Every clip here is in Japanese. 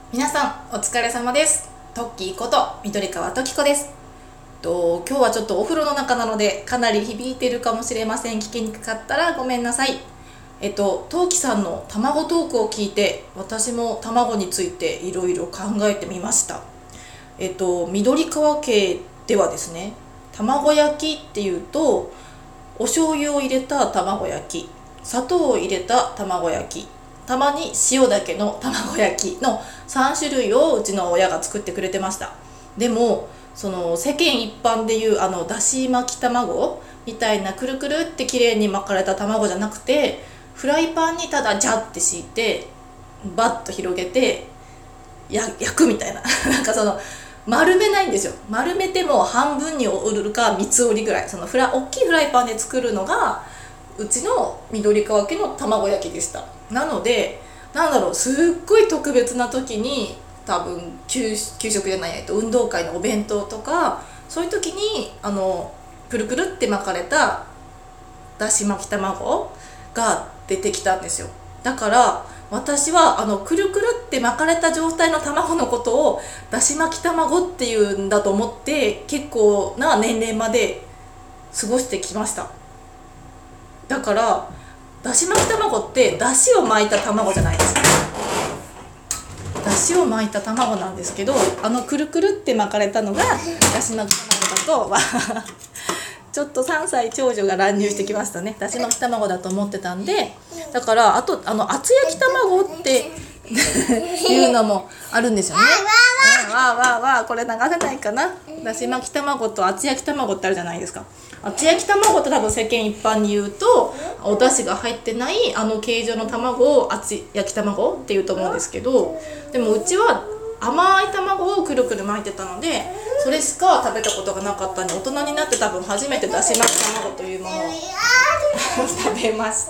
皆さんお疲れ様です。トッキーこと緑川トキコです。今日はちょっとお風呂の中なのでかなり響いてるかもしれません。聞きにくかったらごめんなさい。トウキさんの卵トークを聞いて私も卵についていろいろ考えてみました。緑川家ではですね、卵焼きっていうとお醤油を入れた卵焼き、砂糖を入れた卵焼き、たまに塩だけの卵焼きの3種類をうちの親が作ってくれてました。でもその世間一般でいうだし巻き卵みたいなくるくるって綺麗に巻かれた卵じゃなくて、フライパンにただジャって敷いてバッと広げて焼くみたいななんかその丸めないんですよ。丸めても半分に折るか三つ折りぐらい、その大きいフライパンで作るのがうちの緑川家の卵焼きでした。なのですっごい特別な時に多分給食じゃない、運動会のお弁当とかそういう時にくるくるって巻かれただし巻き卵が出てきたんですよ。だから私はくるくるって巻かれた状態の卵のことをだし巻き卵っていうんだと思って結構な年齢まで過ごしてきました。だからだし巻き卵ってだしを巻いた卵じゃないですか。だしを巻いた卵なんですけど、くるくるって巻かれたのがだし巻き卵だとちょっと3歳長女が乱入してきましたね。だし巻き卵だと思ってたんで、だから厚焼き卵っていうのもあるんですよね。これ流せないかな。だし巻き卵と厚焼き卵ってあるじゃないですか。厚焼き卵って多分世間一般に言うとお出汁が入ってない形状の卵を厚焼き卵っていうと思うんですけど、でもうちは甘い卵をくるくる巻いてたのでそれしか食べたことがなかったんで、大人になって多分初めてだし巻き卵というものを食べました。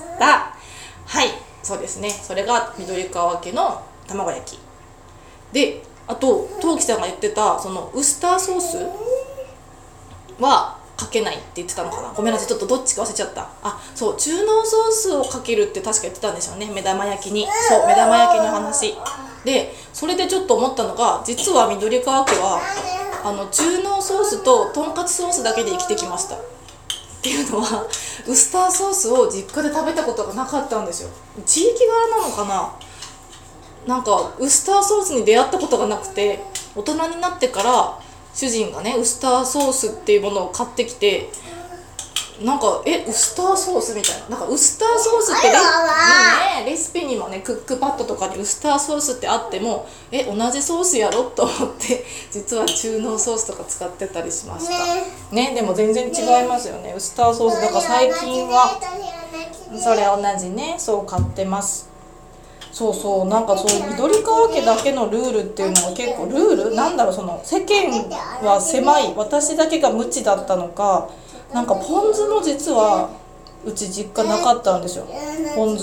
はい、そうですね。それが緑川家の卵焼きで、あとトウキさんが言ってたそのウスターソースはかけないって言ってたのかな。ごめんなさい、ちょっとどっちか忘れちゃった。そう、中濃ソースをかけるって確か言ってたんですよね、目玉焼きに。そう、目玉焼きの話で、それでちょっと思ったのが、実は緑川家は中濃ソースととんかつソースだけで生きてきました。っていうのはウスターソースを実家で食べたことがなかったんですよ。地域柄なのかな。なんかウスターソースに出会ったことがなくて、大人になってから主人がねウスターソースっていうものを買ってきて、なんかウスターソースみたいな、なんかウスターソースってレシピにもねクックパッドとかにウスターソースってあっても同じソースやろと思って実は中濃ソースとか使ってたりしましたね。でも全然違いますよね、ウスターソース。だから最近はそれ同じね、そう買ってます。そうなんかそう緑川家だけのルールっていうのが結構ルールその世間は狭い、私だけが無知だったのか、なんかポン酢も実はうち実家なかったんですよ。ポン酢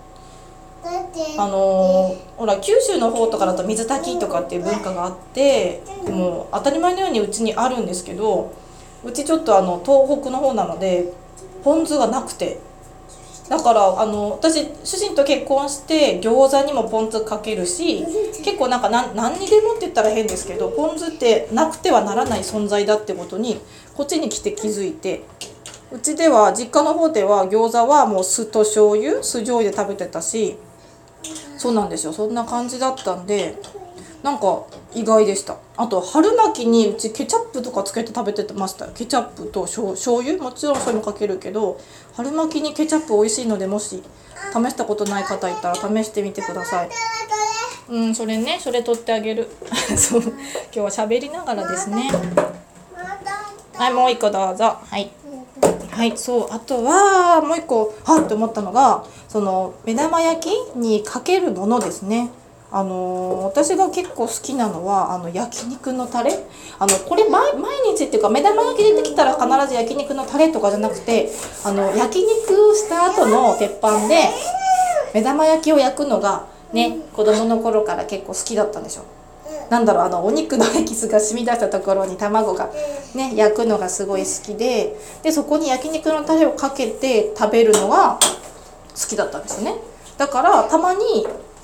ほら九州の方とかだと水炊きとかっていう文化があって、でも当たり前のようにうちにあるんですけど、うちちょっと東北の方なのでポン酢がなくて、だから私主人と結婚して餃子にもポン酢かけるし、結構なんか何にでもって言ったら変ですけど、ポン酢ってなくてはならない存在だってことにこっちに来て気づいて、うちでは実家の方では餃子はもう酢と醤油で食べてたし、そうなんですよ、そんな感じだったんでなんか意外でした。あと春巻きにうちケチャップとかつけて食べてました。ケチャップと醤油、もちろんそれもかけるけど、春巻きにケチャップ美味しいので、もし試したことない方いたら試してみてください。それ取ってあげるそう、今日は喋りながらですね。はい、もう一個どうぞ。はいそう、あとはもう一個って思ったのが、その目玉焼きにかけるものですね。私が結構好きなのは焼肉のタレ。これ毎日っていうか、目玉焼き出てきたら必ず焼肉のタレとかじゃなくて、焼肉をした後の鉄板で目玉焼きを焼くのがね、子供の頃から結構好きだったんでしょ。お肉のエキスが染み出したところに卵がね焼くのがすごい好きで、そこに焼肉のタレをかけて食べるのが好きだったんですね。だからたまに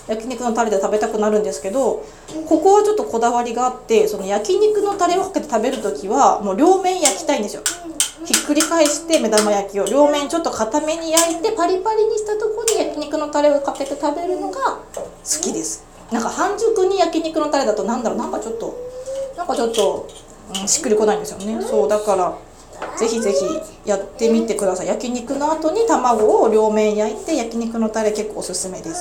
焼肉のタレで食べたくなるんですけど、ここはちょっとこだわりがあって、その焼肉のタレをかけて食べるときはもう両面焼きたいんですよ。ひっくり返して目玉焼きを両面ちょっと固めに焼いてパリパリにしたところに焼肉のタレをかけて食べるのが好きです。なんか半熟に焼肉のタレだとなんかちょっとしっくりこないんですよね。そうだからぜひぜひやってみてください。焼肉の後に卵を両面焼いて焼肉のタレ結構おすすめです。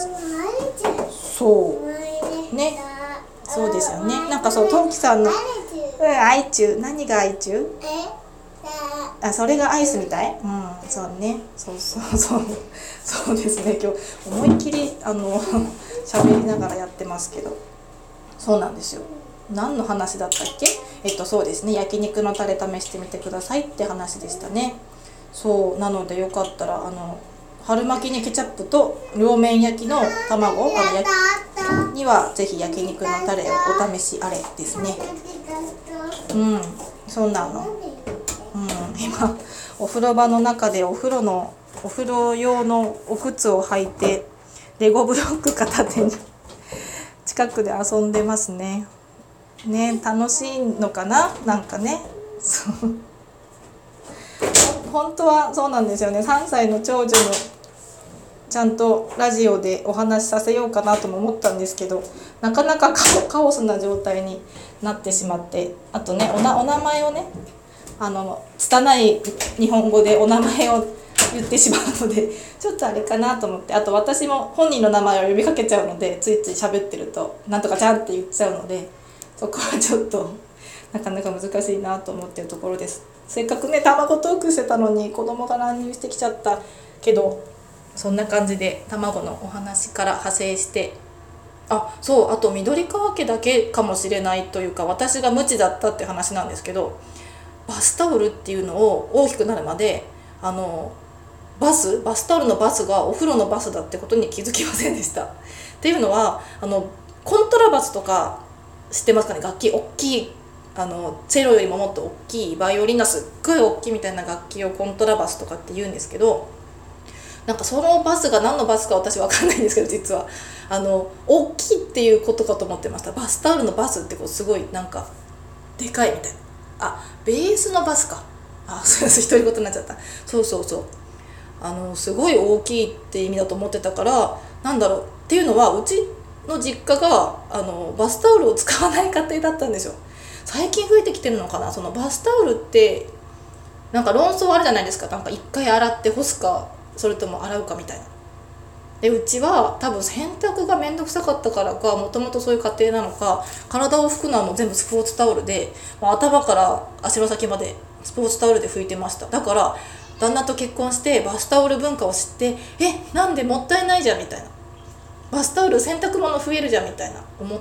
そうね、そうですよね。なんかそうトウキさんのアイチュウ、何がアイチュウ？それがアイスみたい。そうね、そうですね。今日思いっきり喋りながらやってますけど、そうなんですよ。何の話だったっけ？そうですね、焼肉のタレ試してみてくださいって話でしたね。そうなのでよかったら春巻きにケチャップと両面焼きの卵焼きにはぜひ焼肉のタレをお試しあれですね。そうなの。今お風呂場の中でお風呂用のお靴を履いてレゴブロック片手に近くで遊んでますね。楽しいのかな、なんかね。そう本当はそうなんですよね。3歳の長女のちゃんとラジオでお話しさせようかなとも思ったんですけど、なかなかカオスな状態になってしまって、あとねお名前をね拙い日本語でお名前を言ってしまうのでちょっとあれかなと思って、あと私も本人の名前を呼びかけちゃうので、ついつい喋ってるとなんとかちゃんって言っちゃうので、そこはちょっとなかなか難しいなと思ってるところです。せっかくね卵トークしてたのに子供が乱入してきちゃったけど、そんな感じで卵のお話から派生して、あと緑川家だけかもしれないというか、私が無知だったって話なんですけど、バスタオルっていうのを大きくなるまでバスタオルのバスがお風呂のバスだってことに気づきませんでした。っていうのはコントラバスとか知ってますかね。楽器大きいチェロよりももっと大きいバイオリンがすっごい大きいみたいな楽器をコントラバスとかって言うんですけど、なんかそのバスが何のバスか私分かんないんですけど、実は大きいっていうことかと思ってました。バスタオルのバスってすごいなんかでかいみたいな。ベースのバスか。そうです、独り言になっちゃった。そうすごい大きいって意味だと思ってたから、なんだろうっていうのは、うちの実家がバスタオルを使わない家庭だったんですよ。最近増えてきてるのかな。そのバスタオルってなんか論争あるじゃないですか。なんか一回洗って干すかそれとも洗うかみたいな。でうちは多分洗濯がめんどくさかったからか、もともとそういう家庭なのか、体を拭くのはもう全部スポーツタオルで、頭から足の先までスポーツタオルで拭いてました。だから旦那と結婚してバスタオル文化を知って、なんでもったいないじゃんみたいな、バスタオル洗濯物増えるじゃんみたいな思って、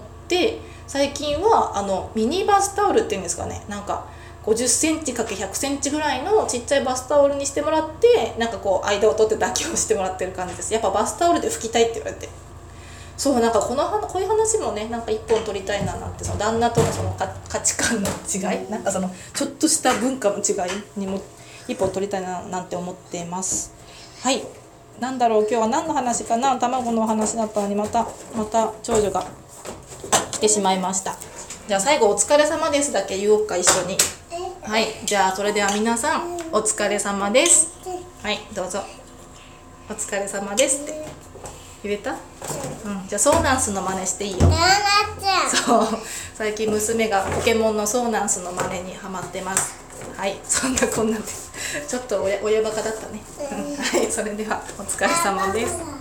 最近はミニバスタオルっていうんですかね、なんか50センチ ×100 センチぐらいのちっちゃいバスタオルにしてもらって、なんか間を取って妥協してもらってる感じです。やっぱバスタオルで拭きたいって言われて、なんかこういう話もね、なんか一本取りたいななんて、その旦那とのその価値観の違い、なんかそのちょっとした文化の違いにも一本取りたいななんて思ってます。はい、なんだろう今日は何の話かな。卵の話だったのにまた長女が来てしまいました。じゃあ最後お疲れ様ですだけ言おうか、一緒に。はい、じゃあそれでは皆さんお疲れ様です。はい、どうぞ。お疲れ様ですって言えた？じゃあソーナンスの真似していいよ。最近娘がポケモンのソーナンスの真似にハマってます。はい、そんなこんなでちょっと親バカだったね。はい、それではお疲れ様です。